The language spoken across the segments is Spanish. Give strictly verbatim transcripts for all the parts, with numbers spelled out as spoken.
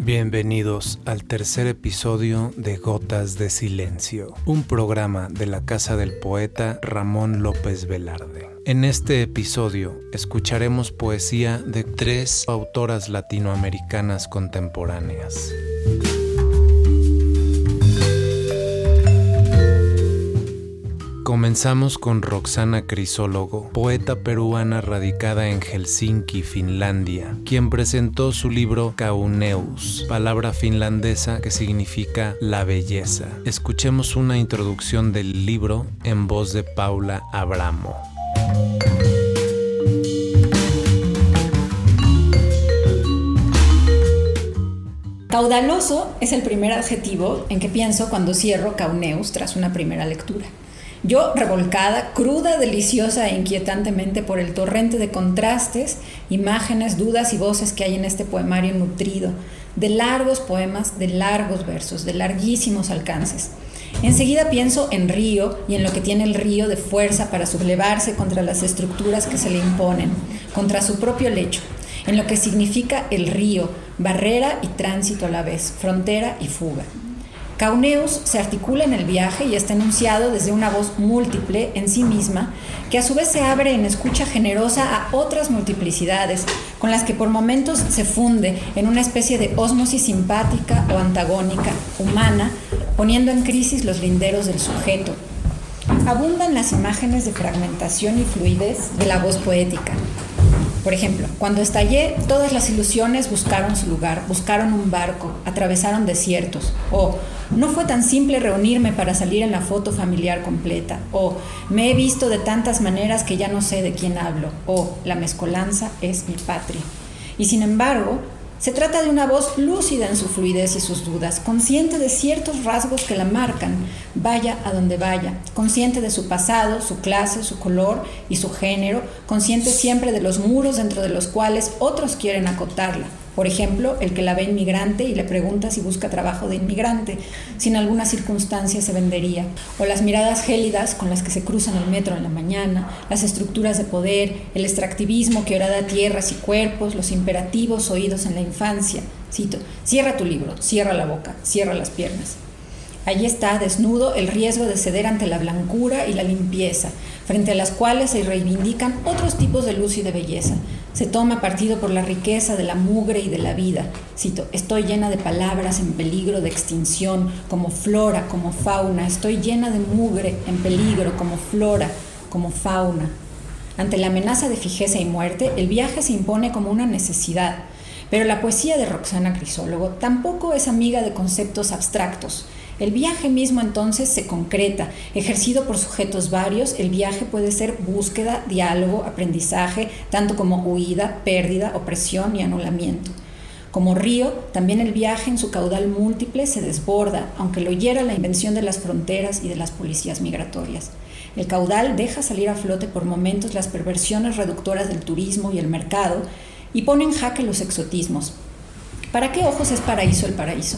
Bienvenidos al tercer episodio de Gotas de Silencio, un programa de la casa del poeta Ramón López Velarde. En este episodio escucharemos poesía de tres autoras latinoamericanas contemporáneas. Comenzamos con Roxana Crisólogo, poeta peruana radicada en Helsinki, Finlandia, quien presentó su libro Kauneus, palabra finlandesa que significa la belleza. Escuchemos una introducción del libro en voz de Paula Abramo. Caudaloso es el primer adjetivo en que pienso cuando cierro Kauneus tras una primera lectura. Yo, revolcada, cruda, deliciosa e inquietantemente por el torrente de contrastes, imágenes, dudas y voces que hay en este poemario nutrido, de largos poemas, de largos versos, de larguísimos alcances. Enseguida pienso en río y en lo que tiene el río de fuerza para sublevarse contra las estructuras que se le imponen, contra su propio lecho, en lo que significa el río, barrera y tránsito a la vez, frontera y fuga. Kauneus se articula en el viaje y está enunciado desde una voz múltiple en sí misma, que a su vez se abre en escucha generosa a otras multiplicidades, con las que por momentos se funde en una especie de ósmosis simpática o antagónica, humana, poniendo en crisis los linderos del sujeto. Abundan las imágenes de fragmentación y fluidez de la voz poética. Por ejemplo, cuando estallé, todas las ilusiones buscaron su lugar, buscaron un barco, atravesaron desiertos. O, no fue tan simple reunirme para salir en la foto familiar completa. O, me he visto de tantas maneras que ya no sé de quién hablo. O, la mezcolanza es mi patria. Y sin embargo, se trata de una voz lúcida en su fluidez y sus dudas, consciente de ciertos rasgos que la marcan, vaya a donde vaya, consciente de su pasado, su clase, su color y su género, consciente siempre de los muros dentro de los cuales otros quieren acotarla. Por ejemplo, el que la ve inmigrante y le pregunta si busca trabajo de inmigrante, si en alguna circunstancia se vendería, o las miradas gélidas con las que se cruzan el metro en la mañana, las estructuras de poder, el extractivismo que horada tierras y cuerpos, los imperativos oídos en la infancia. Cito, cierra tu libro, cierra la boca, cierra las piernas. Allí está, desnudo, el riesgo de ceder ante la blancura y la limpieza, frente a las cuales se reivindican otros tipos de luz y de belleza. Se toma partido por la riqueza de la mugre y de la vida. Cito, estoy llena de palabras en peligro de extinción, como flora, como fauna. Estoy llena de mugre en peligro, como flora, como fauna. Ante la amenaza de fijeza y muerte, el viaje se impone como una necesidad. Pero la poesía de Roxana Crisólogo tampoco es amiga de conceptos abstractos. El viaje mismo entonces se concreta, ejercido por sujetos varios. El viaje puede ser búsqueda, diálogo, aprendizaje, tanto como huida, pérdida, opresión y anulamiento. Como río, también el viaje en su caudal múltiple se desborda, aunque lo hiera la invención de las fronteras y de las policías migratorias. El caudal deja salir a flote por momentos las perversiones reductoras del turismo y el mercado y pone en jaque los exotismos. ¿Para qué ojos es paraíso el paraíso?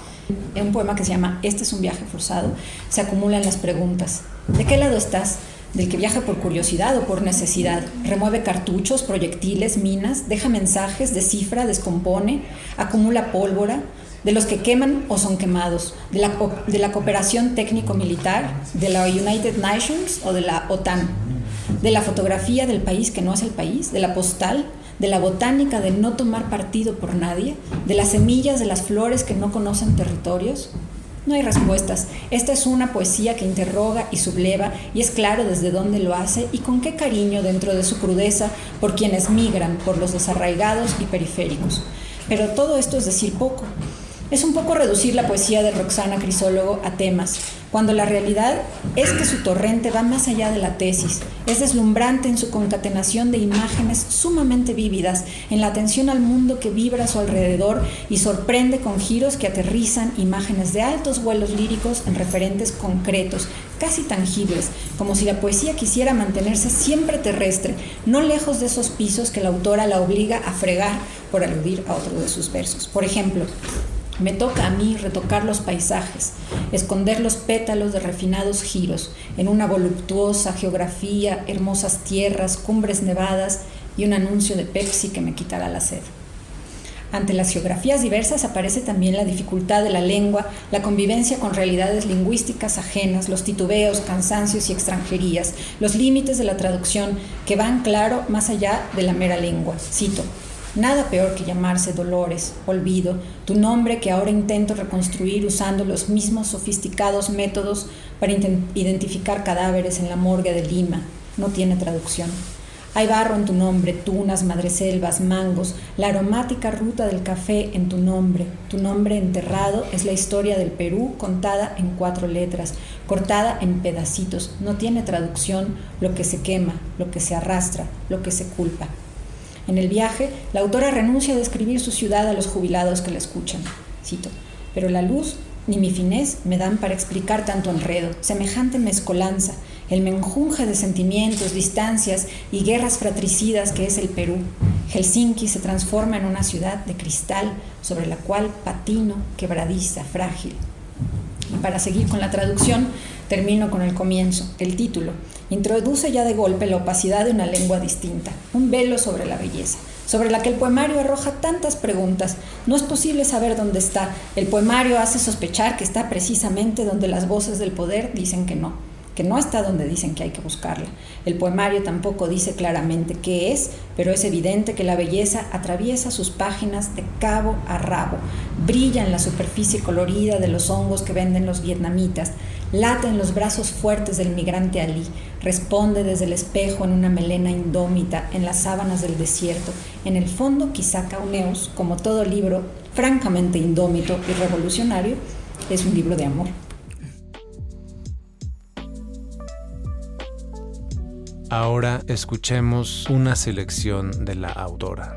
En un poema que se llama Este es un viaje forzado, se acumulan las preguntas. ¿De qué lado estás? ¿Del que viaja por curiosidad o por necesidad? ¿Remueve cartuchos, proyectiles, minas? ¿Deja mensajes? ¿Descifra? ¿Descompone? ¿Acumula pólvora? ¿De los que queman o son quemados? ¿De la, de la cooperación técnico-militar? ¿De la United Nations o de la OTAN? ¿De la fotografía del país que no es el país? ¿De la postal? ¿De la botánica de no tomar partido por nadie? ¿De las semillas de las flores que no conocen territorios? No hay respuestas. Esta es una poesía que interroga y subleva, y es claro desde dónde lo hace y con qué cariño dentro de su crudeza por quienes migran, por los desarraigados y periféricos. Pero todo esto es decir poco. Es un poco reducir la poesía de Roxana Crisólogo a temas, cuando la realidad es que su torrente va más allá de la tesis, es deslumbrante en su concatenación de imágenes sumamente vívidas, en la atención al mundo que vibra a su alrededor y sorprende con giros que aterrizan imágenes de altos vuelos líricos en referentes concretos, casi tangibles, como si la poesía quisiera mantenerse siempre terrestre, no lejos de esos pisos que la autora la obliga a fregar por aludir a otro de sus versos. Por ejemplo, me toca a mí retocar los paisajes, esconder los pétalos de refinados giros en una voluptuosa geografía, hermosas tierras, cumbres nevadas y un anuncio de Pepsi que me quitará la sed. Ante las geografías diversas aparece también la dificultad de la lengua, la convivencia con realidades lingüísticas ajenas, los titubeos, cansancios y extranjerías, los límites de la traducción que van, claro, más allá de la mera lengua. Cito: nada peor que llamarse Dolores, olvido, tu nombre que ahora intento reconstruir usando los mismos sofisticados métodos para identificar cadáveres en la morgue de Lima. No tiene traducción. Hay barro en tu nombre, tunas, madreselvas, mangos, la aromática ruta del café en tu nombre. Tu nombre enterrado es la historia del Perú contada en cuatro letras, cortada en pedacitos. No tiene traducción lo que se quema, lo que se arrastra, lo que se culpa. En el viaje, la autora renuncia a describir su ciudad a los jubilados que la escuchan. Cito: pero la luz ni mi finez me dan para explicar tanto enredo, semejante mezcolanza, el menjunje de sentimientos, distancias y guerras fratricidas que es el Perú. Helsinki se transforma en una ciudad de cristal sobre la cual patino, quebradiza, frágil. Y para seguir con la traducción, termino con el comienzo. El título introduce ya de golpe la opacidad de una lengua distinta, un velo sobre la belleza, sobre la que el poemario arroja tantas preguntas. No es posible saber dónde está. El poemario hace sospechar que está precisamente donde las voces del poder dicen que no, que no está donde dicen que hay que buscarla. El poemario tampoco dice claramente qué es, pero es evidente que la belleza atraviesa sus páginas de cabo a rabo, brilla en la superficie colorida de los hongos que venden los vietnamitas, late en los brazos fuertes del migrante alí, responde desde el espejo en una melena indómita, en las sábanas del desierto. En el fondo, quizá Cauneus, como todo libro francamente indómito y revolucionario, es un libro de amor. Ahora escuchemos una selección de la autora.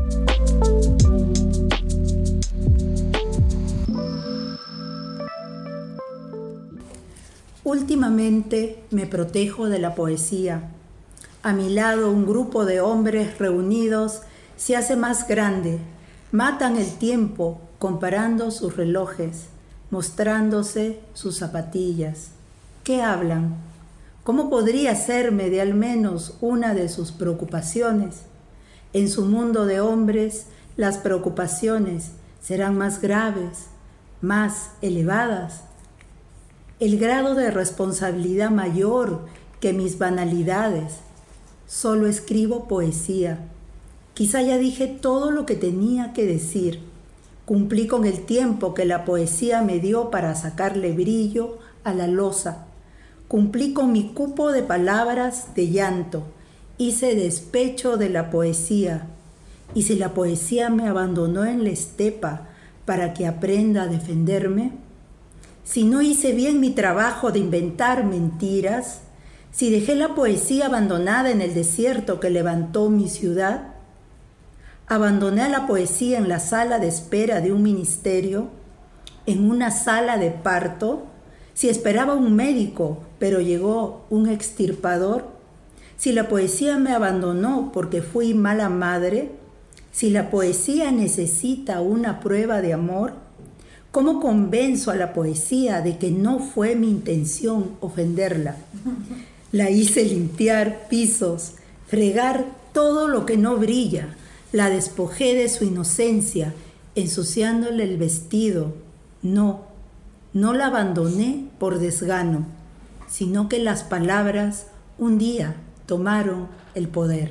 Últimamente me protejo de la poesía. A mi lado un grupo de hombres reunidos se hace más grande, matan el tiempo comparando sus relojes, mostrándose sus zapatillas. ¿Qué hablan? ¿Cómo podría serme de al menos una de sus preocupaciones? En su mundo de hombres, las preocupaciones serán más graves, más elevadas. El grado de responsabilidad mayor que mis banalidades. Solo escribo poesía. Quizá ya dije todo lo que tenía que decir. Cumplí con el tiempo que la poesía me dio para sacarle brillo a la loza. Cumplí con mi cupo de palabras de llanto. Hice despecho de la poesía. Y si la poesía me abandonó en la estepa para que aprenda a defenderme, si no hice bien mi trabajo de inventar mentiras, si dejé la poesía abandonada en el desierto que levantó mi ciudad, abandoné a la poesía en la sala de espera de un ministerio, en una sala de parto, si esperaba un médico, pero llegó un extirpador, si la poesía me abandonó porque fui mala madre, si la poesía necesita una prueba de amor, ¿cómo convenzo a la poesía de que no fue mi intención ofenderla? La hice limpiar pisos, fregar todo lo que no brilla, la despojé de su inocencia, ensuciándole el vestido. No, no la abandoné por desgano, sino que las palabras un día tomaron el poder.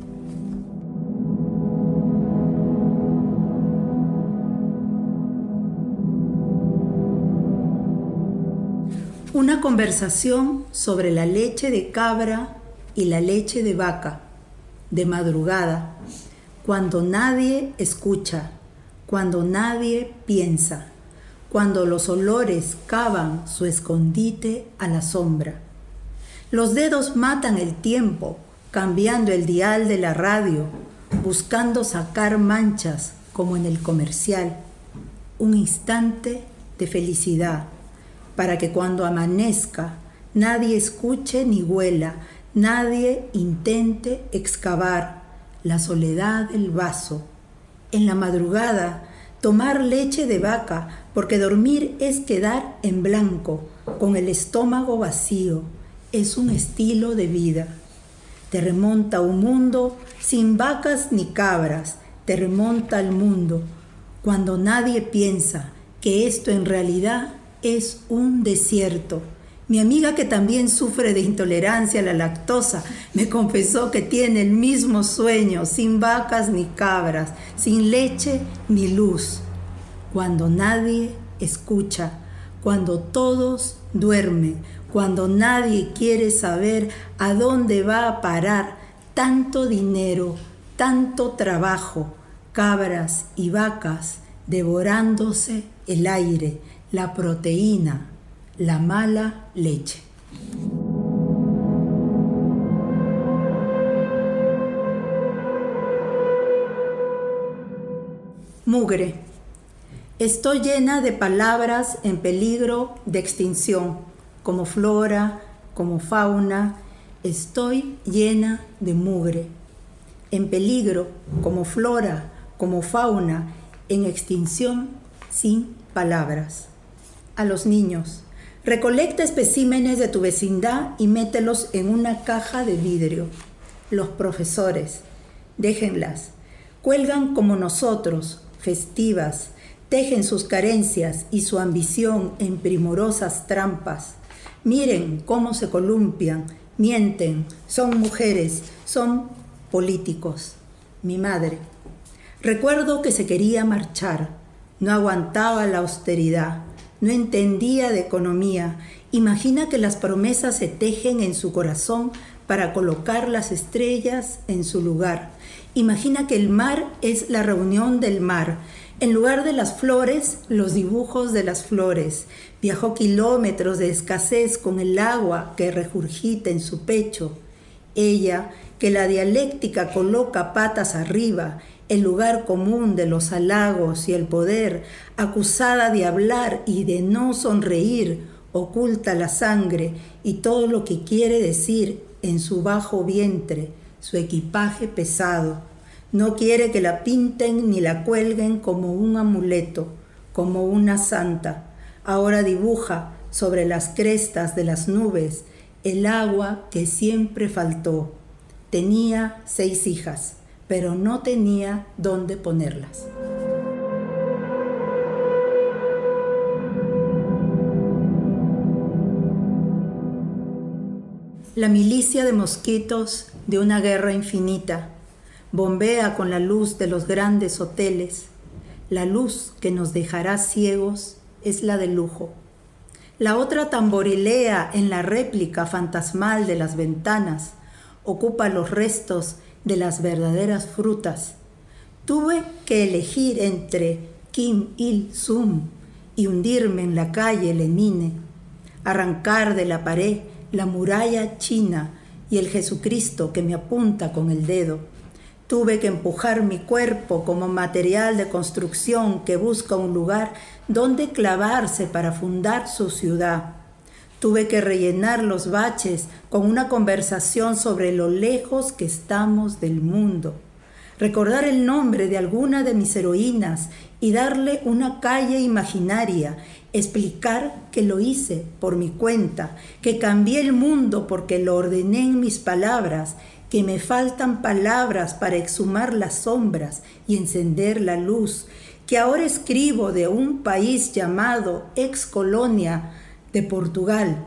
Una conversación sobre la leche de cabra y la leche de vaca, de madrugada, cuando nadie escucha, cuando nadie piensa, cuando los olores cavan su escondite a la sombra. Los dedos matan el tiempo, cambiando el dial de la radio, buscando sacar manchas como en el comercial. Un instante de felicidad, para que cuando amanezca nadie escuche ni huela, nadie intente excavar la soledad del vaso. En la madrugada, tomar leche de vaca, porque dormir es quedar en blanco, con el estómago vacío. Es un estilo de vida. Te remonta a un mundo sin vacas ni cabras, te remonta al mundo, cuando nadie piensa que esto en realidad es un desierto. Mi amiga, que también sufre de intolerancia a la lactosa, me confesó que tiene el mismo sueño, sin vacas ni cabras, sin leche ni luz. Cuando nadie escucha, cuando todos duermen, cuando nadie quiere saber a dónde va a parar tanto dinero, tanto trabajo, cabras y vacas devorándose el aire, la proteína, la mala leche. Mugre. Estoy llena de palabras en peligro de extinción, como flora, como fauna. Estoy llena de mugre. En peligro, como flora, como fauna, en extinción, sin palabras. A los niños. Recolecta especímenes de tu vecindad y mételos en una caja de vidrio. Los profesores. Déjenlas. Cuelgan como nosotros, festivas. Tejen sus carencias y su ambición en primorosas trampas. Miren cómo se columpian, mienten, son mujeres, son políticos. Mi madre. Recuerdo que se quería marchar, no aguantaba la austeridad, no entendía de economía. Imagina que las promesas se tejen en su corazón para colocar las estrellas en su lugar. Imagina que el mar es la reunión del mar. En lugar de las flores, los dibujos de las flores. Viajó kilómetros de escasez con el agua que regurgita en su pecho. Ella, que la dialéctica coloca patas arriba, el lugar común de los halagos y el poder, acusada de hablar y de no sonreír, oculta la sangre y todo lo que quiere decir en su bajo vientre, su equipaje pesado. No quiere que la pinten ni la cuelguen como un amuleto, como una santa. Ahora dibuja sobre las crestas de las nubes el agua que siempre faltó. Tenía seis hijas, pero no tenía dónde ponerlas. La milicia de mosquitos de una guerra infinita bombea con la luz de los grandes hoteles. La luz que nos dejará ciegos es la de lujo. La otra tamborilea en la réplica fantasmal de las ventanas, ocupa los restos de las verdaderas frutas. Tuve que elegir entre Kim Il-sung y hundirme en la calle Lenine, arrancar de la pared la muralla china y el Jesucristo que me apunta con el dedo. Tuve que empujar mi cuerpo como material de construcción que busca un lugar donde clavarse para fundar su ciudad. Tuve que rellenar los baches con una conversación sobre lo lejos que estamos del mundo. Recordar el nombre de alguna de mis heroínas y darle una calle imaginaria. Explicar que lo hice por mi cuenta, que cambié el mundo porque lo ordené en mis palabras, que me faltan palabras para exhumar las sombras y encender la luz, que ahora escribo de un país llamado ex colonia de Portugal.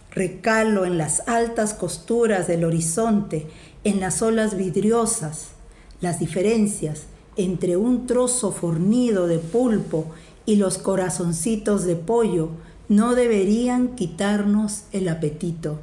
Recalo en las altas costuras del horizonte, en las olas vidriosas, las diferencias entre un trozo fornido de pulpo y los corazoncitos de pollo no deberían quitarnos el apetito.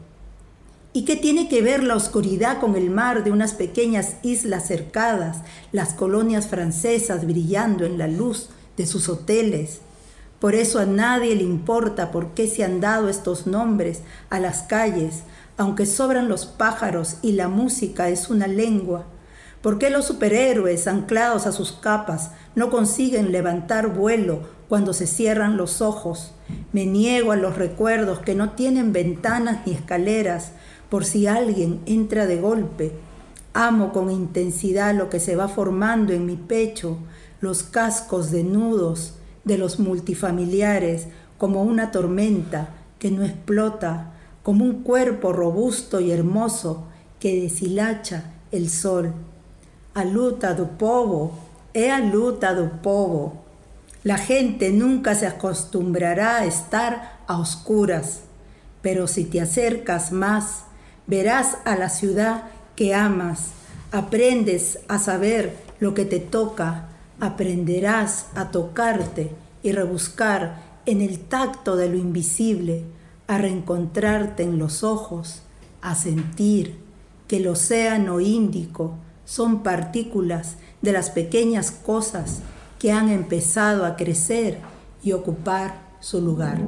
¿Y qué tiene que ver la oscuridad con el mar de unas pequeñas islas cercadas, las colonias francesas brillando en la luz de sus hoteles? Por eso a nadie le importa por qué se han dado estos nombres a las calles, aunque sobran los pájaros y la música es una lengua. ¿Por qué los superhéroes anclados a sus capas no consiguen levantar vuelo cuando se cierran los ojos? Me niego a los recuerdos que no tienen ventanas ni escaleras, por si alguien entra de golpe. Amo con intensidad lo que se va formando en mi pecho, los cascos de nudos de los multifamiliares, como una tormenta que no explota, como un cuerpo robusto y hermoso que deshilacha el sol. A luta do povo é a luta do povo. La gente nunca se acostumbrará a estar a oscuras, pero si te acercas más, verás a la ciudad que amas, aprendes a saber lo que te toca, aprenderás a tocarte y rebuscar en el tacto de lo invisible, a reencontrarte en los ojos, a sentir que el océano Índico son partículas de las pequeñas cosas que han empezado a crecer y ocupar su lugar.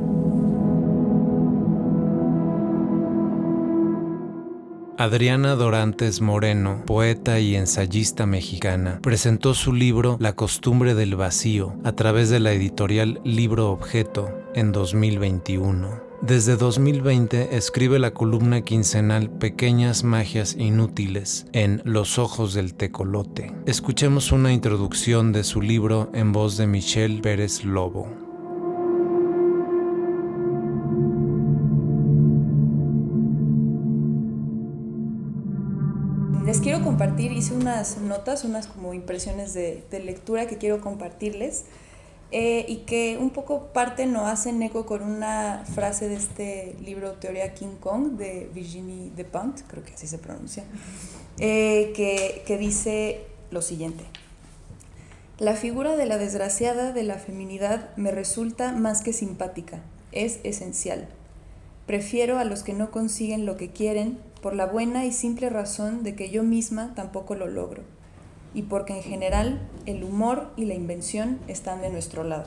Adriana Dorantes Moreno, poeta y ensayista mexicana, presentó su libro La costumbre del vacío a través de la editorial Libro Objeto en dos mil veintiuno. Desde dos mil veinte escribe la columna quincenal Pequeñas magias inútiles en Los ojos del tecolote. Escuchemos una introducción de su libro en voz de Michelle Pérez Lobo. Les quiero compartir, hice unas notas, unas como impresiones de, de lectura que quiero compartirles. Eh, y que un poco parten o hacen eco con una frase de este libro Teoría King Kong de Virginie Despentes, creo que así se pronuncia, eh, que, que dice lo siguiente: la figura de la desgraciada de la feminidad me resulta más que simpática, es esencial. Prefiero a los que no consiguen lo que quieren por la buena y simple razón de que yo misma tampoco lo logro, y porque en general el humor y la invención están de nuestro lado.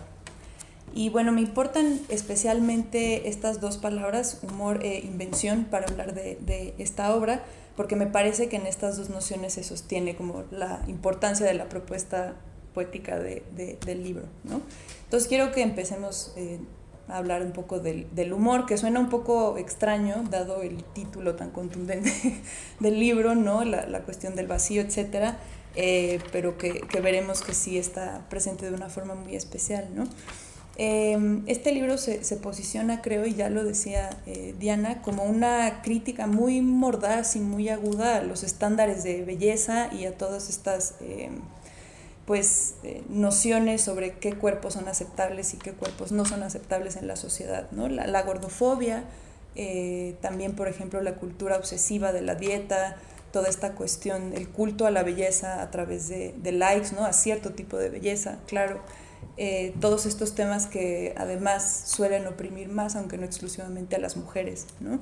Y bueno, me importan especialmente estas dos palabras, humor e invención, para hablar de, de esta obra, porque me parece que en estas dos nociones se sostiene como la importancia de la propuesta poética de, de, del libro, ¿no? Entonces quiero que empecemos eh, a hablar un poco del, del humor, que suena un poco extraño, dado el título tan contundente del libro, ¿no? La, la cuestión del vacío, etcétera. Eh, pero que, que veremos que sí está presente de una forma muy especial, ¿no? Eh, este libro se, se posiciona, creo, y ya lo decía eh, Diana, como una crítica muy mordaz y muy aguda a los estándares de belleza y a todas estas eh, pues, eh, nociones sobre qué cuerpos son aceptables y qué cuerpos no son aceptables en la sociedad, ¿no? La, la gordofobia, eh, también, por ejemplo, la cultura obsesiva de la dieta, toda esta cuestión, el culto a la belleza a través de, de likes, ¿no? A cierto tipo de belleza, claro. Eh, todos estos temas que además suelen oprimir más, aunque no exclusivamente a las mujeres, ¿no?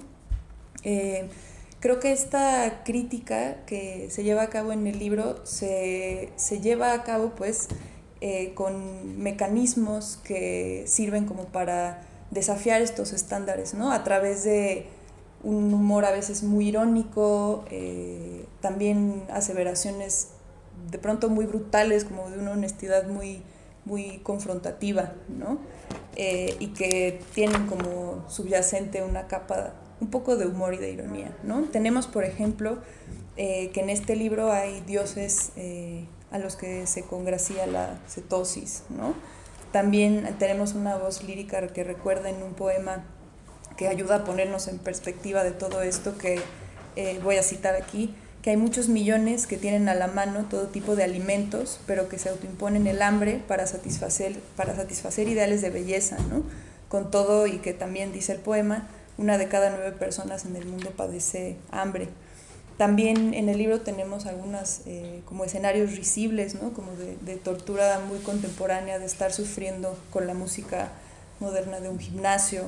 Eh, creo que esta crítica que se lleva a cabo en el libro se, se lleva a cabo pues eh, con mecanismos que sirven como para desafiar estos estándares, ¿no? A través de un humor a veces muy irónico, eh, también aseveraciones de pronto muy brutales, como de una honestidad muy, muy confrontativa, ¿no? Eh, y que tienen como subyacente una capa, un poco de humor y de ironía, ¿no? Tenemos, por ejemplo, eh, que en este libro hay dioses eh, a los que se congracia la cetosis, ¿no? También tenemos una voz lírica que recuerda en un poema que ayuda a ponernos en perspectiva de todo esto que eh, voy a citar aquí, que hay muchos millones que tienen a la mano todo tipo de alimentos, pero que se autoimponen el hambre para satisfacer, para satisfacer ideales de belleza, ¿no? Con todo, y que también dice el poema, una de cada nueve personas en el mundo padece hambre. También en el libro tenemos algunos eh, como escenarios risibles, ¿no? Como de, de tortura muy contemporánea, de estar sufriendo con la música moderna de un gimnasio.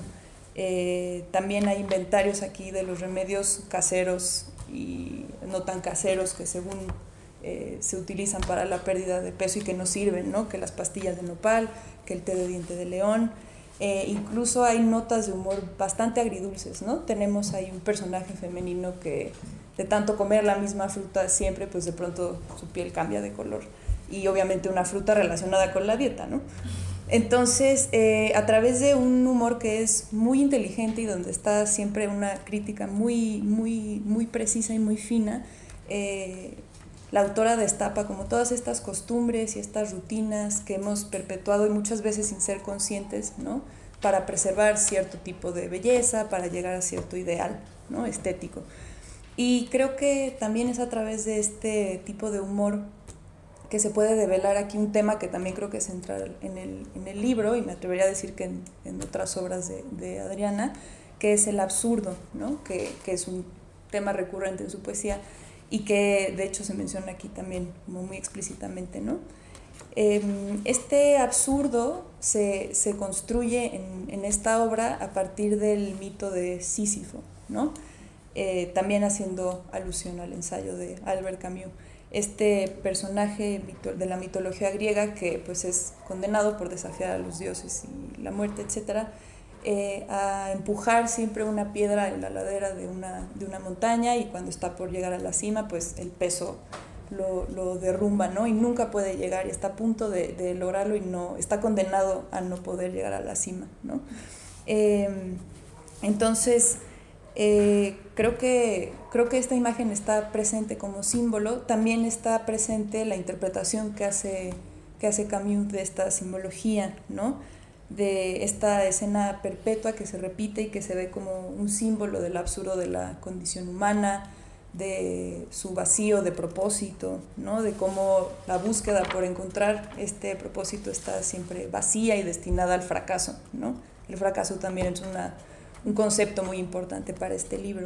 Eh, también hay inventarios aquí de los remedios caseros y no tan caseros que según eh, se utilizan para la pérdida de peso y que no sirven, ¿no? Que las pastillas de nopal, que el té de diente de león. Eh, incluso hay notas de humor bastante agridulces, ¿no? Tenemos ahí un personaje femenino que de tanto comer la misma fruta siempre, pues de pronto su piel cambia de color, y obviamente una fruta relacionada con la dieta, ¿no? Entonces, eh, a través de un humor que es muy inteligente y donde está siempre una crítica muy, muy, muy precisa y muy fina, eh, la autora destapa como todas estas costumbres y estas rutinas que hemos perpetuado y muchas veces sin ser conscientes, ¿no? Para preservar cierto tipo de belleza, para llegar a cierto ideal, ¿no? Estético. Y creo que también es a través de este tipo de humor que se puede develar aquí un tema que también creo que es central en el, en el libro, y me atrevería a decir que en, en otras obras de, de Adriana, que es el absurdo, ¿no? que, que es un tema recurrente en su poesía y que de hecho se menciona aquí también como muy explícitamente, ¿no? Eh, este absurdo se, se construye en, en esta obra a partir del mito de Sísifo, ¿no? Eh, también haciendo alusión al ensayo de Albert Camus. Este personaje de la mitología griega que pues es condenado por desafiar a los dioses y la muerte, etcétera, eh, a empujar siempre una piedra en la ladera de una, de una montaña, y cuando está por llegar a la cima pues el peso lo, lo derrumba, ¿no? Y nunca puede llegar, y está a punto de, de lograrlo y no, está condenado a no poder llegar a la cima, ¿no? Eh, entonces Eh, creo que, creo que esta imagen está presente como símbolo. También está presente la interpretación que hace, que hace Camus de esta simbología, ¿no? De esta escena perpetua que se repite y que se ve como un símbolo del absurdo de la condición humana, de su vacío de propósito, ¿no? De cómo la búsqueda por encontrar este propósito está siempre vacía y destinada al fracaso, ¿no? El fracaso también es una un concepto muy importante para este libro.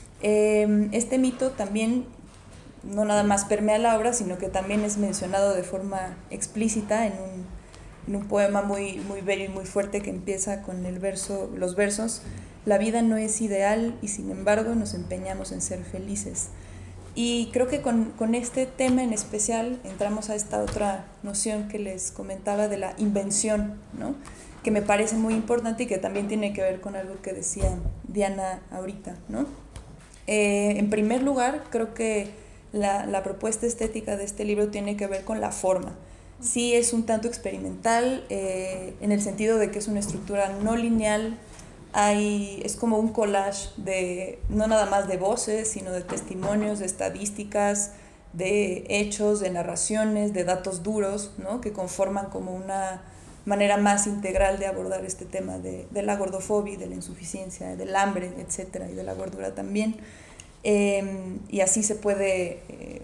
Eh, este mito también no nada más permea la obra, sino que también es mencionado de forma explícita en un, en un poema muy, muy bello y muy fuerte que empieza con el verso, los versos: la vida no es ideal y sin embargo nos empeñamos en ser felices. Y creo que con, con este tema en especial entramos a esta otra noción que les comentaba de la invención, ¿no? Que me parece muy importante y que también tiene que ver con algo que decía Diana ahorita, ¿no? Eh, en primer lugar, creo que la, la propuesta estética de este libro tiene que ver con la forma. Sí es un tanto experimental, eh, en el sentido de que es una estructura no lineal, hay, es como un collage de, no nada más de voces, sino de testimonios, de estadísticas, de hechos, de narraciones, de datos duros, ¿no? Que conforman como una manera más integral de abordar este tema de, de la gordofobia, de la insuficiencia, del hambre, etcétera, y de la gordura también. Eh, y así se puede, eh,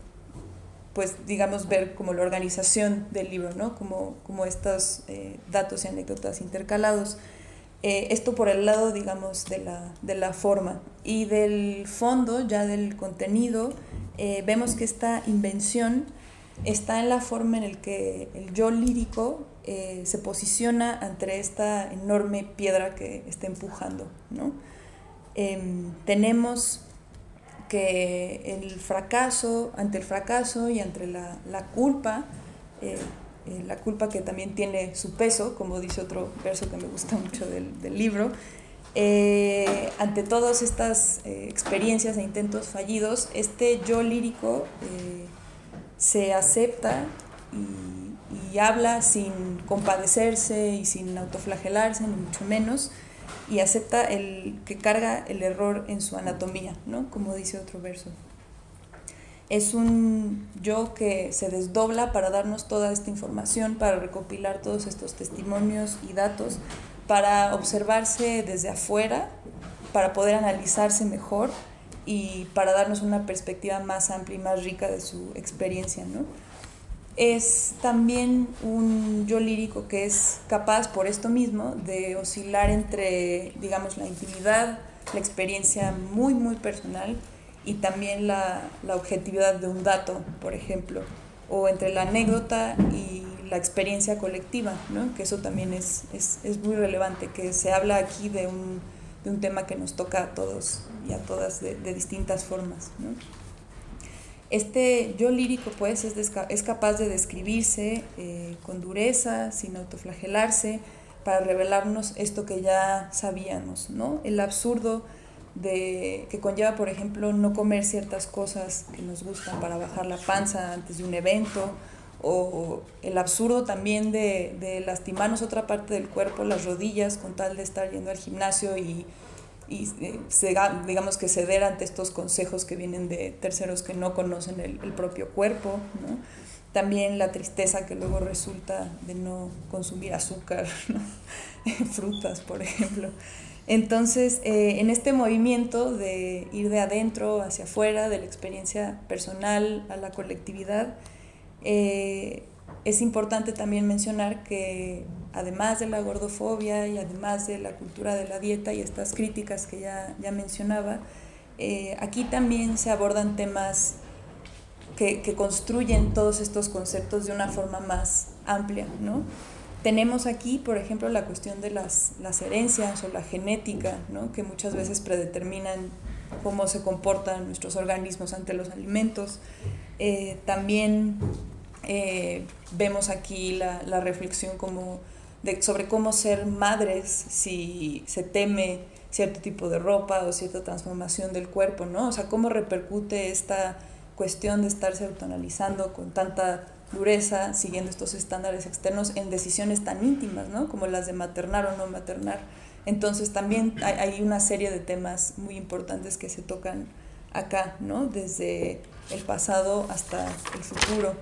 pues digamos, ver como la organización del libro, ¿no? Como, como estos eh, datos y anécdotas intercalados. Eh, esto por el lado, digamos, de la, de la forma. Y del fondo, ya del contenido, eh, vemos que esta invención está en la forma en la que el yo lírico eh, se posiciona ante esta enorme piedra que está empujando, ¿no? Eh, tenemos que el fracaso, ante el fracaso y ante la, la culpa, eh, eh, la culpa que también tiene su peso, como dice otro verso que me gusta mucho del, del libro, eh, ante todas estas eh, experiencias e intentos fallidos, este yo lírico eh, se acepta y, y habla sin compadecerse y sin autoflagelarse, ni mucho menos, y acepta el, que carga el error en su anatomía, ¿no? Como dice otro verso. Es un yo que se desdobla para darnos toda esta información, para recopilar todos estos testimonios y datos, para observarse desde afuera, para poder analizarse mejor y para darnos una perspectiva más amplia y más rica de su experiencia, ¿no? Es también un yo lírico que es capaz, por esto mismo, de oscilar entre, digamos, la intimidad, la experiencia muy, muy personal y también la, la objetividad de un dato, por ejemplo, o entre la anécdota y la experiencia colectiva, ¿no? Que eso también es, es, es muy relevante, que se habla aquí de un, de un tema que nos toca a todos y a todas de, de distintas formas, ¿no? Este yo lírico, pues, es, desca- es capaz de describirse eh, con dureza, sin autoflagelarse, para revelarnos esto que ya sabíamos, ¿no? El absurdo de, que conlleva, por ejemplo, no comer ciertas cosas que nos gustan para bajar la panza antes de un evento, o el absurdo también de, de lastimarnos otra parte del cuerpo, las rodillas, con tal de estar yendo al gimnasio y y se, digamos que ceder ante estos consejos que vienen de terceros que no conocen el, el propio cuerpo, ¿no? También la tristeza que luego resulta de no consumir azúcar, ¿no? Frutas, por ejemplo. Entonces, eh, en este movimiento de ir de adentro hacia afuera, de la experiencia personal a la colectividad, Eh, es importante también mencionar que además de la gordofobia y además de la cultura de la dieta y estas críticas que ya, ya mencionaba, eh, aquí también se abordan temas que, que construyen todos estos conceptos de una forma más amplia, ¿no? Tenemos aquí, por ejemplo, la cuestión de las, las herencias o la genética, ¿no? Que muchas veces predeterminan cómo se comportan nuestros organismos ante los alimentos. Eh, también eh, vemos aquí la, la reflexión como de, sobre cómo ser madres si se teme cierto tipo de ropa o cierta transformación del cuerpo, ¿no? O sea, cómo repercute esta cuestión de estarse autoanalizando con tanta dureza, siguiendo estos estándares externos en decisiones tan íntimas, ¿no? Como las de maternar o no maternar. Entonces también hay, hay una serie de temas muy importantes que se tocan acá, ¿no? Desde el pasado hasta el futuro.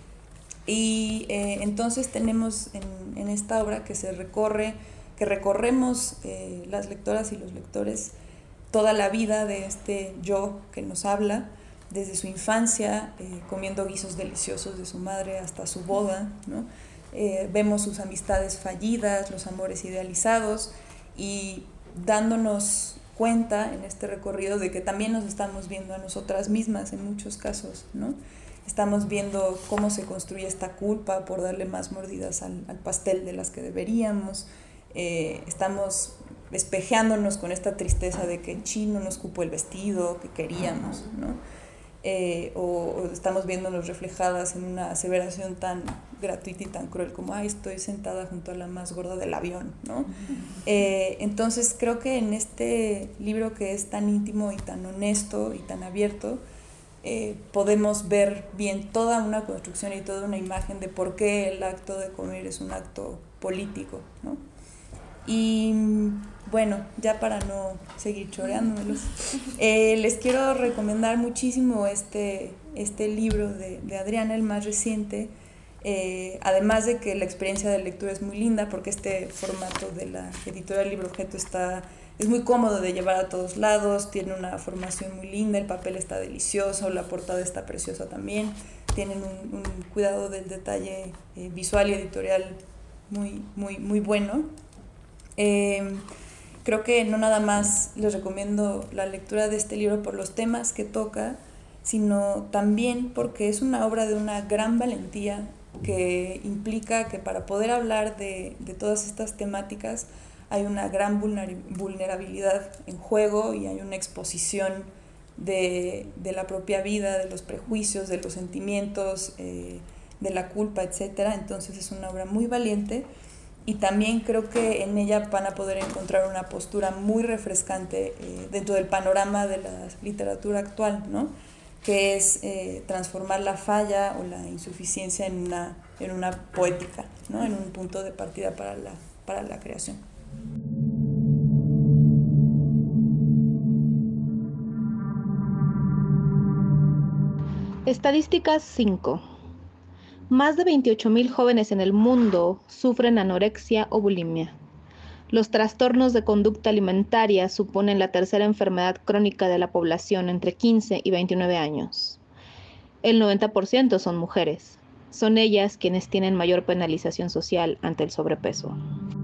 Y eh, entonces tenemos en, en esta obra que se recorre, que recorremos eh, las lectoras y los lectores toda la vida de este yo que nos habla, desde su infancia, eh, comiendo guisos deliciosos de su madre hasta su boda, ¿no? Eh, vemos sus amistades fallidas, los amores idealizados y dándonos cuenta en este recorrido de que también nos estamos viendo a nosotras mismas en muchos casos, ¿no? Estamos viendo cómo se construye esta culpa por darle más mordidas al, al pastel de las que deberíamos, eh, estamos espejeándonos con esta tristeza de que chino nos cupo el vestido que queríamos, ¿no? Eh, o, o estamos viéndonos reflejadas en una aseveración tan gratuita y tan cruel como ay, estoy sentada junto a la más gorda del avión, ¿no? Eh, entonces creo que en este libro que es tan íntimo y tan honesto y tan abierto, eh, podemos ver bien toda una construcción y toda una imagen de por qué el acto de comer es un acto político, ¿no? Y bueno, ya para no seguir choreándomelos, eh, les quiero recomendar muchísimo este, este libro de, de Adriana, el más reciente, eh, además de que la experiencia de lectura es muy linda porque este formato de la editorial Libro Objeto está, es muy cómodo de llevar a todos lados, tiene una formación muy linda, el papel está delicioso, la portada está preciosa también, tienen un, un cuidado del detalle eh, visual y editorial muy, muy, muy bueno. Eh, creo que no nada más les recomiendo la lectura de este libro por los temas que toca, sino también porque es una obra de una gran valentía que implica que para poder hablar de, de todas estas temáticas hay una gran vulnerabilidad en juego y hay una exposición de, de la propia vida, de los prejuicios, de los sentimientos, eh, de la culpa, etcétera. Entonces es una obra muy valiente. Y también creo que en ella van a poder encontrar una postura muy refrescante eh, dentro del panorama de la literatura actual, ¿no? Que es eh, transformar la falla o la insuficiencia en una, en una poética, ¿no? En un punto de partida para la, para la creación. Estadísticas cinco. Más de veintiocho mil jóvenes en el mundo sufren anorexia o bulimia. Los trastornos de conducta alimentaria suponen la tercera enfermedad crónica de la población entre quince y veintinueve años. El noventa por ciento son mujeres. Son ellas quienes tienen mayor penalización social ante el sobrepeso.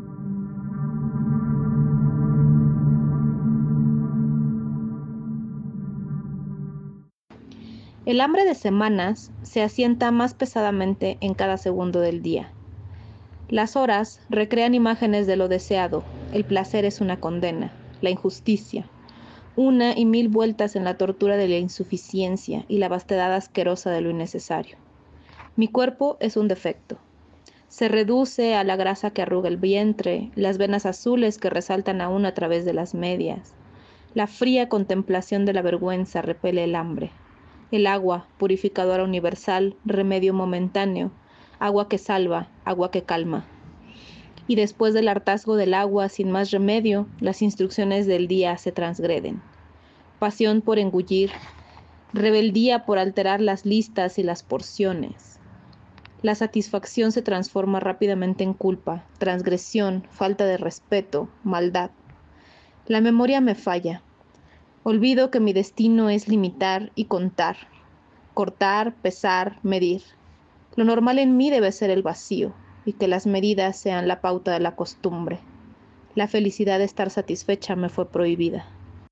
El hambre de semanas se asienta más pesadamente en cada segundo del día. Las horas recrean imágenes de lo deseado, el placer es una condena, la injusticia, una y mil vueltas en la tortura de la insuficiencia y la vastedad asquerosa de lo innecesario. Mi cuerpo es un defecto. Se reduce a la grasa que arruga el vientre, las venas azules que resaltan aún a través de las medias. La fría contemplación de la vergüenza repele el hambre. El agua, purificadora universal, remedio momentáneo, agua que salva, agua que calma. Y después del hartazgo del agua, sin más remedio, las instrucciones del día se transgreden. Pasión por engullir, rebeldía por alterar las listas y las porciones. La satisfacción se transforma rápidamente en culpa, transgresión, falta de respeto, maldad. La memoria me falla. Olvido que mi destino es limitar y contar, cortar, pesar, medir. Lo normal en mí debe ser el vacío, y que las medidas sean la pauta de la costumbre. La felicidad de estar satisfecha me fue prohibida.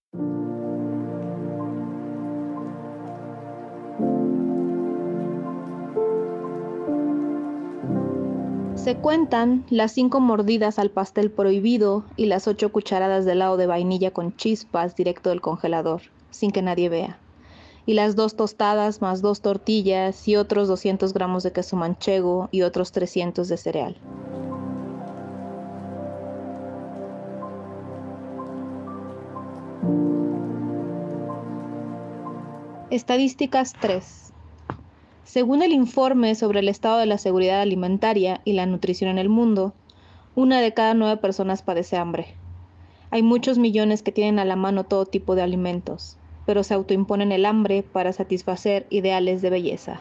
Se cuentan las cinco mordidas al pastel prohibido y las ocho cucharadas de helado de vainilla con chispas directo del congelador, sin que nadie vea. Y las dos tostadas más dos tortillas y otros doscientos gramos de queso manchego y otros trescientos de cereal. Estadísticas tres. Según el informe sobre el estado de la seguridad alimentaria y la nutrición en el mundo, una de cada nueve personas padece hambre. Hay muchos millones que tienen a la mano todo tipo de alimentos, pero se autoimponen el hambre para satisfacer ideales de belleza.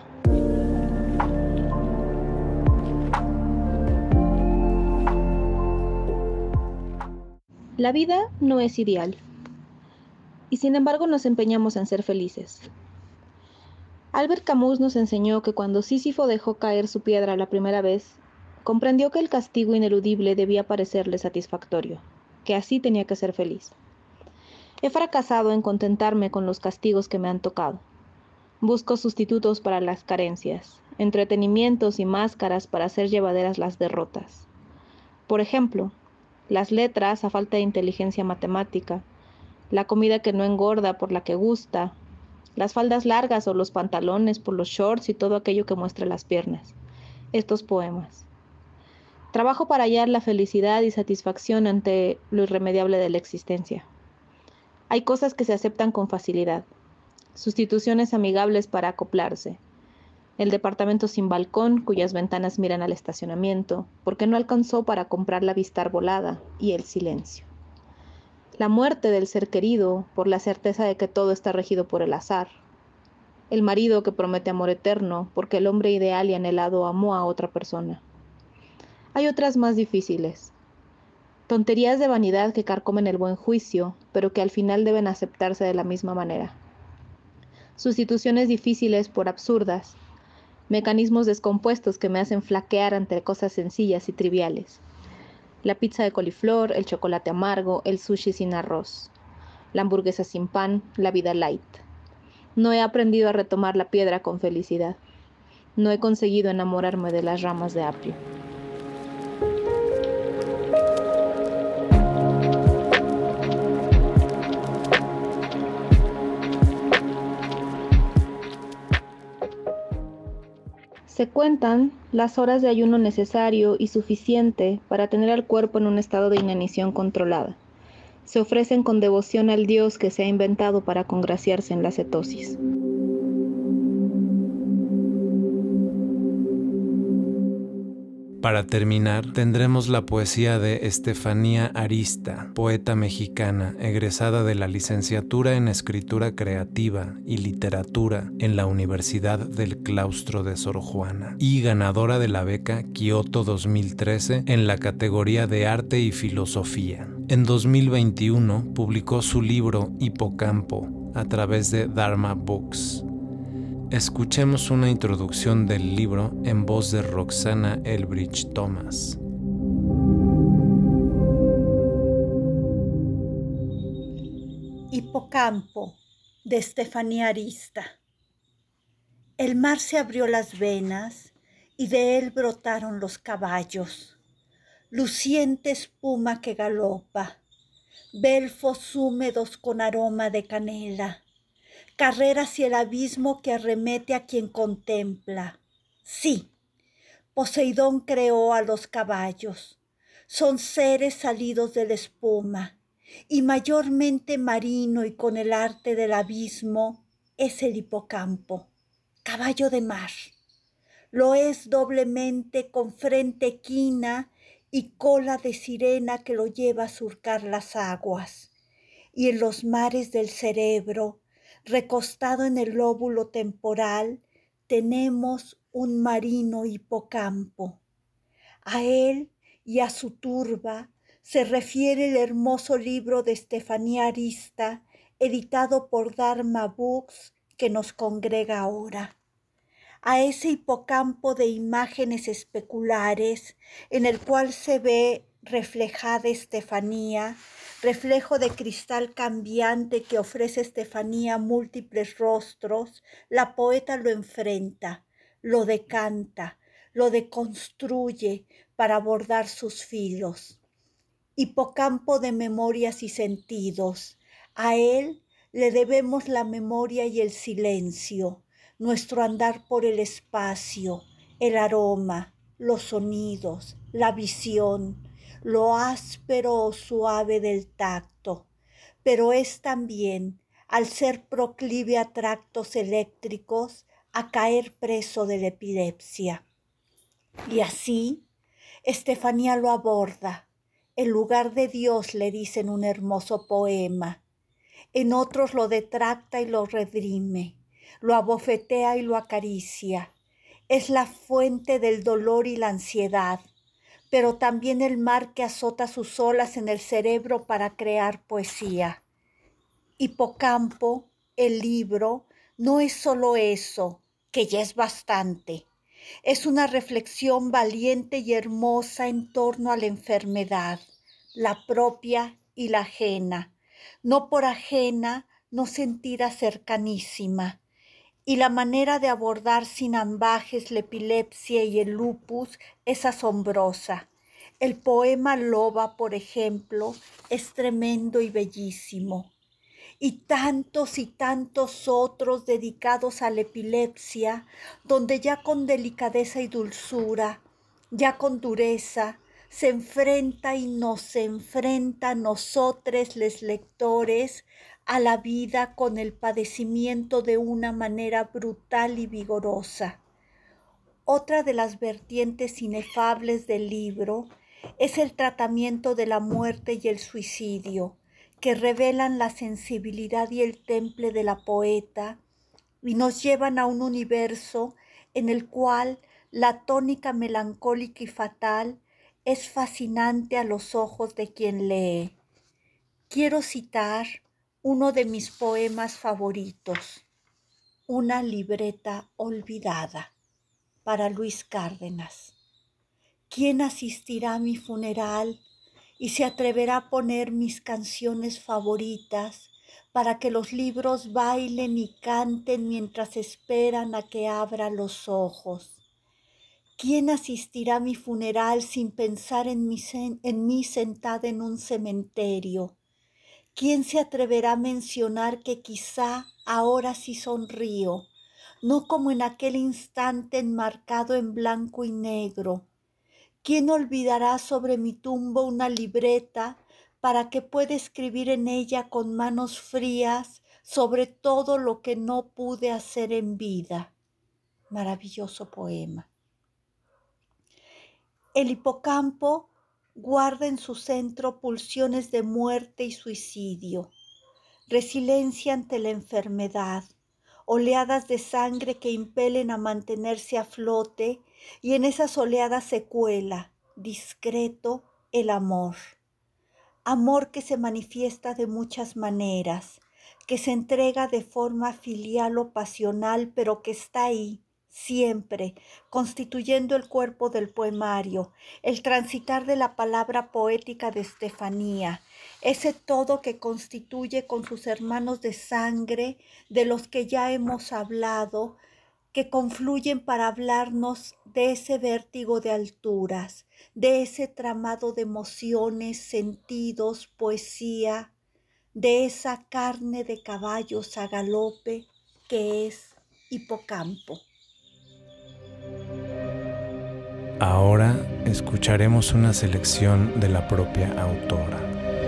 La vida no es ideal, y sin embargo nos empeñamos en ser felices. Albert Camus nos enseñó que cuando Sísifo dejó caer su piedra la primera vez, comprendió que el castigo ineludible debía parecerle satisfactorio, que así tenía que ser feliz. He fracasado en contentarme con los castigos que me han tocado. Busco sustitutos para las carencias, entretenimientos y máscaras para hacer llevaderas las derrotas. Por ejemplo, las letras a falta de inteligencia matemática, la comida que no engorda por la que gusta, las faldas largas o los pantalones por los shorts y todo aquello que muestra las piernas. Estos poemas. Trabajo para hallar la felicidad y satisfacción ante lo irremediable de la existencia. Hay cosas que se aceptan con facilidad, sustituciones amigables para acoplarse. El departamento sin balcón, cuyas ventanas miran al estacionamiento, porque no alcanzó para comprar la vista arbolada, y el silencio. La muerte del ser querido, por la certeza de que todo está regido por el azar. El marido que promete amor eterno, porque el hombre ideal y anhelado amó a otra persona. Hay otras más difíciles. Tonterías de vanidad que carcomen el buen juicio, pero que al final deben aceptarse de la misma manera. Sustituciones difíciles por absurdas. Mecanismos descompuestos que me hacen flaquear ante cosas sencillas y triviales. La pizza de coliflor, el chocolate amargo, el sushi sin arroz, la hamburguesa sin pan, la vida light. No he aprendido a retomar la piedra con felicidad. No he conseguido enamorarme de las ramas de apio. Se cuentan las horas de ayuno necesario y suficiente para tener al cuerpo en un estado de inanición controlada. Se ofrecen con devoción al Dios que se ha inventado para congraciarse en la cetosis. Para terminar, tendremos la poesía de Estefanía Arista, poeta mexicana, egresada de la licenciatura en Escritura Creativa y Literatura en la Universidad del Claustro de Sor Juana y ganadora de la beca Kioto dos mil trece en la categoría de Arte y Filosofía. En dos mil veintiuno publicó su libro Hipocampo a través de Dharma Books. Escuchemos una introducción del libro en voz de Roxana Elbridge Thomas. Hipocampo, de Estefanía Arista. El mar se abrió las venas y de él brotaron los caballos. Luciente espuma que galopa, belfos húmedos con aroma de canela. Carrera hacia el abismo que arremete a quien contempla. Sí, Poseidón creó a los caballos. Son seres salidos de la espuma, y mayormente marino y con el arte del abismo es el hipocampo, caballo de mar. Lo es doblemente con frente equina y cola de sirena que lo lleva a surcar las aguas. Y en los mares del cerebro, recostado en el lóbulo temporal, tenemos un marino hipocampo. A él y a su turba se refiere el hermoso libro de Estefanía Arista, editado por Dharma Books, que nos congrega ahora. a ese hipocampo de imágenes especulares en el cual se ve reflejada Estefanía, reflejo de cristal cambiante que ofrece Estefanía múltiples rostros, la poeta lo enfrenta, lo decanta, lo deconstruye para abordar sus filos. Hipocampo de memorias y sentidos, a él le debemos la memoria y el silencio, nuestro andar por el espacio, el aroma, los sonidos, la visión, lo áspero o suave del tacto, pero es también, al ser proclive a tractos eléctricos, a caer preso de la epilepsia. Y así, Estefanía lo aborda. En lugar de Dios le dice en un hermoso poema. En otros lo detracta y lo redime, lo abofetea y lo acaricia. Es la fuente del dolor y la ansiedad, pero también el mar que azota sus olas en el cerebro para crear poesía. Hipocampo, el libro, no es solo eso, que ya es bastante. Es una reflexión valiente y hermosa en torno a la enfermedad, la propia y la ajena. No por ajena, no sentida cercanísima. Y la manera de abordar sin ambajes la epilepsia y el lupus es asombrosa. El poema Loba, por ejemplo, es tremendo y bellísimo. Y tantos y tantos otros dedicados a la epilepsia, donde ya con delicadeza y dulzura, ya con dureza, se enfrenta y nos enfrenta a nosotros, les lectores, a la vida con el padecimiento de una manera brutal y vigorosa. Otra de las vertientes inefables del libro es el tratamiento de la muerte y el suicidio, que revelan la sensibilidad y el temple de la poeta y nos llevan a un universo en el cual la tónica melancólica y fatal es fascinante a los ojos de quien lee. Quiero citar uno de mis poemas favoritos, Una libreta olvidada, para Luis Cárdenas. ¿Quién asistirá a mi funeral y se atreverá a poner mis canciones favoritas para que los libros bailen y canten mientras esperan a que abra los ojos? ¿Quién asistirá a mi funeral sin pensar en mí, en mí sentada en un cementerio? ¿Quién se atreverá a mencionar que quizá ahora sí sonrío, no como en aquel instante enmarcado en blanco y negro? ¿Quién olvidará sobre mi tumba una libreta para que pueda escribir en ella con manos frías sobre todo lo que no pude hacer en vida? Maravilloso poema. El hipocampo guarda en su centro pulsiones de muerte y suicidio, resiliencia ante la enfermedad, oleadas de sangre que impelen a mantenerse a flote, y en esas oleadas se cuela, discreto, el amor. Amor que se manifiesta de muchas maneras, que se entrega de forma filial o pasional, pero que está ahí, siempre, constituyendo el cuerpo del poemario, el transitar de la palabra poética de Estefanía, ese todo que constituye con sus hermanos de sangre, de los que ya hemos hablado, que confluyen para hablarnos de ese vértigo de alturas, de ese tramado de emociones, sentidos, poesía, de esa carne de caballos a galope que es Hipocampo. Ahora escucharemos una selección de la propia autora.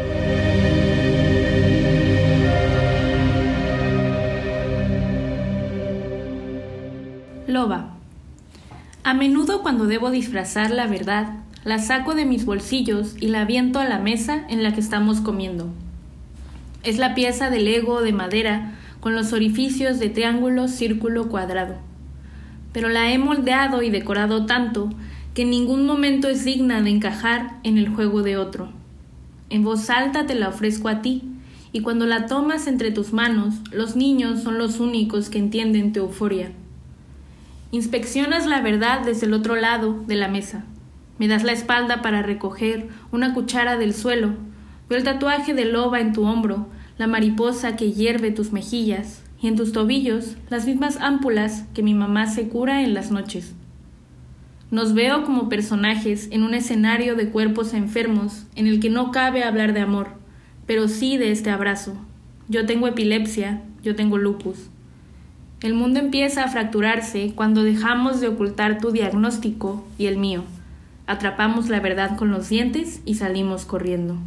Loba. A menudo cuando debo disfrazar la verdad, la saco de mis bolsillos y la aviento a la mesa en la que estamos comiendo. Es la pieza de Lego de madera con los orificios de triángulo, círculo, cuadrado. Pero la he moldeado y decorado tanto que en ningún momento es digna de encajar en el juego de otro. En voz alta te la ofrezco a ti, y cuando la tomas entre tus manos, los niños son los únicos que entienden tu euforia. Inspeccionas la verdad desde el otro lado de la mesa. Me das la espalda para recoger una cuchara del suelo. Veo el tatuaje de loba en tu hombro, la mariposa que hierve tus mejillas, y en tus tobillos las mismas ámpulas que mi mamá se cura en las noches. Nos veo como personajes en un escenario de cuerpos enfermos en el que no cabe hablar de amor, pero sí de este abrazo. Yo tengo epilepsia, yo tengo lupus. El mundo empieza a fracturarse cuando dejamos de ocultar tu diagnóstico y el mío. Atrapamos la verdad con los dientes y salimos corriendo.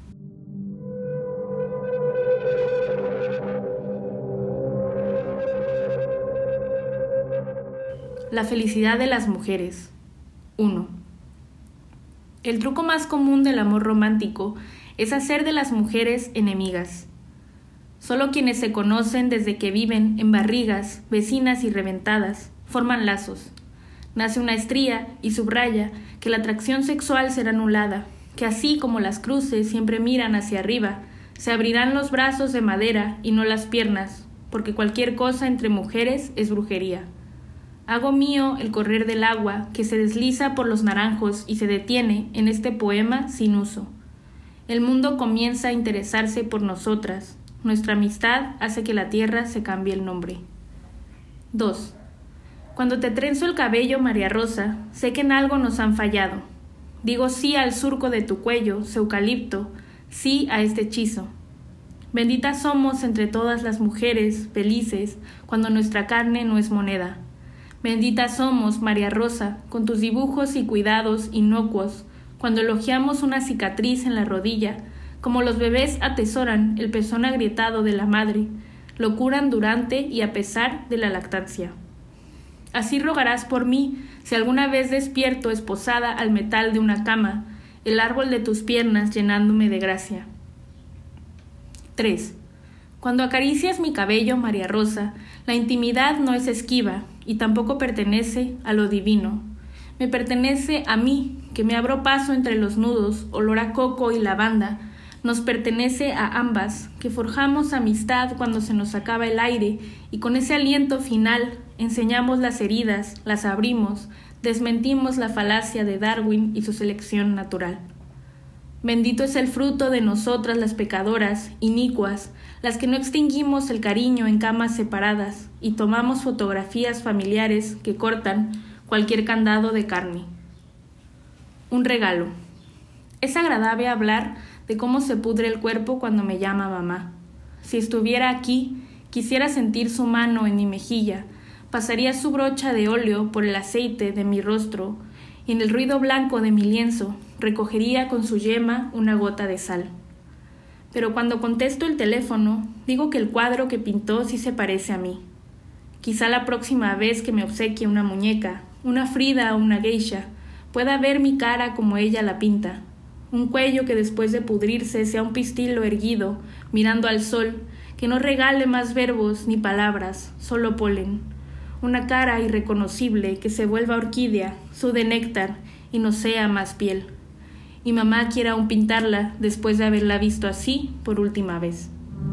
La felicidad de las mujeres. uno. El truco más común del amor romántico es hacer de las mujeres enemigas. Solo quienes se conocen desde que viven en barrigas, vecinas y reventadas, forman lazos. Nace una estría y subraya que la atracción sexual será anulada, que así como las cruces siempre miran hacia arriba, se abrirán los brazos de madera y no las piernas, porque cualquier cosa entre mujeres es brujería. Hago mío el correr del agua que se desliza por los naranjos y se detiene en este poema sin uso. El mundo comienza a interesarse por nosotras. Nuestra amistad hace que la tierra se cambie el nombre. dos. Cuando te trenzo el cabello, María Rosa, sé que en algo nos han fallado. Digo sí al surco de tu cuello, eucalipto, sí a este hechizo. Benditas somos entre todas las mujeres felices cuando nuestra carne no es moneda. Benditas somos, María Rosa, con tus dibujos y cuidados inocuos, cuando elogiamos una cicatriz en la rodilla, como los bebés atesoran el pezón agrietado de la madre, lo curan durante y a pesar de la lactancia. Así rogarás por mí, si alguna vez despierto esposada al metal de una cama, el árbol de tus piernas llenándome de gracia. tres. Cuando acaricias mi cabello, María Rosa, la intimidad no es esquiva y tampoco pertenece a lo divino. Me pertenece a mí, que me abro paso entre los nudos, olor a coco y lavanda. Nos pertenece a ambas, que forjamos amistad cuando se nos acaba el aire y con ese aliento final enseñamos las heridas, las abrimos, desmentimos la falacia de Darwin y su selección natural. Bendito es el fruto de nosotras las pecadoras, inicuas, las que no extinguimos el cariño en camas separadas y tomamos fotografías familiares que cortan cualquier candado de carne. Un regalo. Es agradable hablar de cómo se pudre el cuerpo cuando me llama mamá. Si estuviera aquí, quisiera sentir su mano en mi mejilla, pasaría su brocha de óleo por el aceite de mi rostro y en el ruido blanco de mi lienzo recogería con su yema una gota de sal. Pero cuando contesto el teléfono, digo que el cuadro que pintó sí se parece a mí. Quizá la próxima vez que me obsequie una muñeca, una Frida o una geisha, pueda ver mi cara como ella la pinta. Un cuello que después de pudrirse sea un pistilo erguido, mirando al sol, que no regale más verbos ni palabras, solo polen. Una cara irreconocible que se vuelva orquídea, sude néctar y no sea más piel. Y mamá quiera aún pintarla después de haberla visto así por última vez.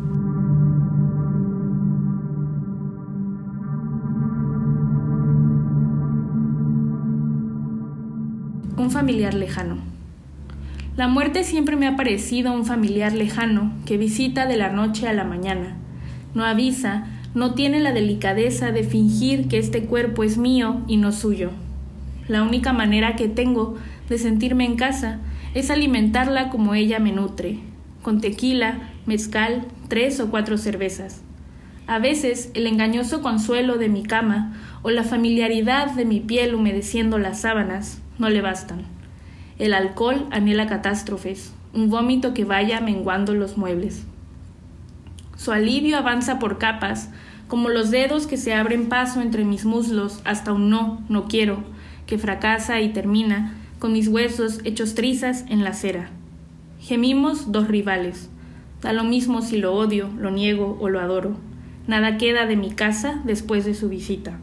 Un familiar lejano. La muerte siempre me ha parecido un familiar lejano que visita de la noche a la mañana. No avisa, no tiene la delicadeza de fingir que este cuerpo es mío y no suyo. La única manera que tengo de sentirme en casa es alimentarla como ella me nutre, con tequila, mezcal, tres o cuatro cervezas. A veces el engañoso consuelo de mi cama o la familiaridad de mi piel humedeciendo las sábanas no le bastan. El alcohol anhela catástrofes, un vómito que vaya menguando los muebles. Su alivio avanza por capas, como los dedos que se abren paso entre mis muslos hasta un no, no quiero, que fracasa y termina con mis huesos hechos trizas en la acera. Gemimos dos rivales. Da lo mismo si lo odio, lo niego o lo adoro. Nada queda de mi casa después de su visita.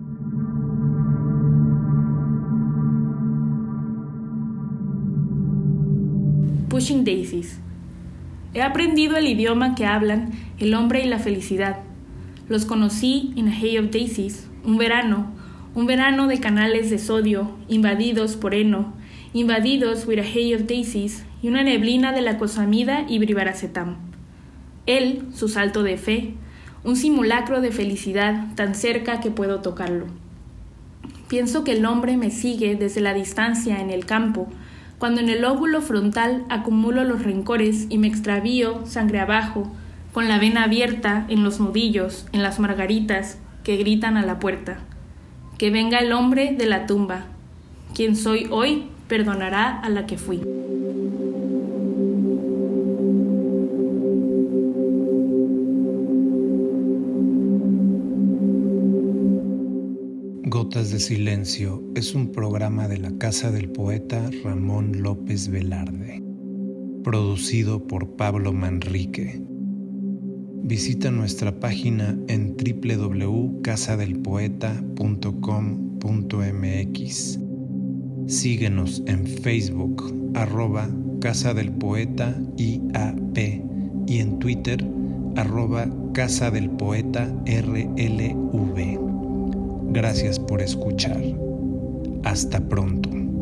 Pushing Daisies. He aprendido el idioma que hablan el hombre y la felicidad. Los conocí en A Hay of Daisies, un verano, Un verano de canales de sodio, invadidos por heno, invadidos with a hay of daisies y una neblina de lacosamida y brivaracetam. Él, su salto de fe, un simulacro de felicidad tan cerca que puedo tocarlo. Pienso que el hombre me sigue desde la distancia en el campo, cuando en el óvulo frontal acumulo los rencores y me extravío sangre abajo, con la vena abierta en los nudillos, en las margaritas que gritan a la puerta. Que venga el hombre de la tumba. Quien soy hoy perdonará a la que fui. Gotas de Silencio es un programa de la Casa del Poeta Ramón López Velarde, producido por Pablo Manrique. Visita nuestra página en doble u doble u doble u punto casa del poeta punto com punto m x. Síguenos en Facebook, arroba Casa del Poeta I A P, y en Twitter, arroba Casa del Poeta R L V. Gracias por escuchar. Hasta pronto.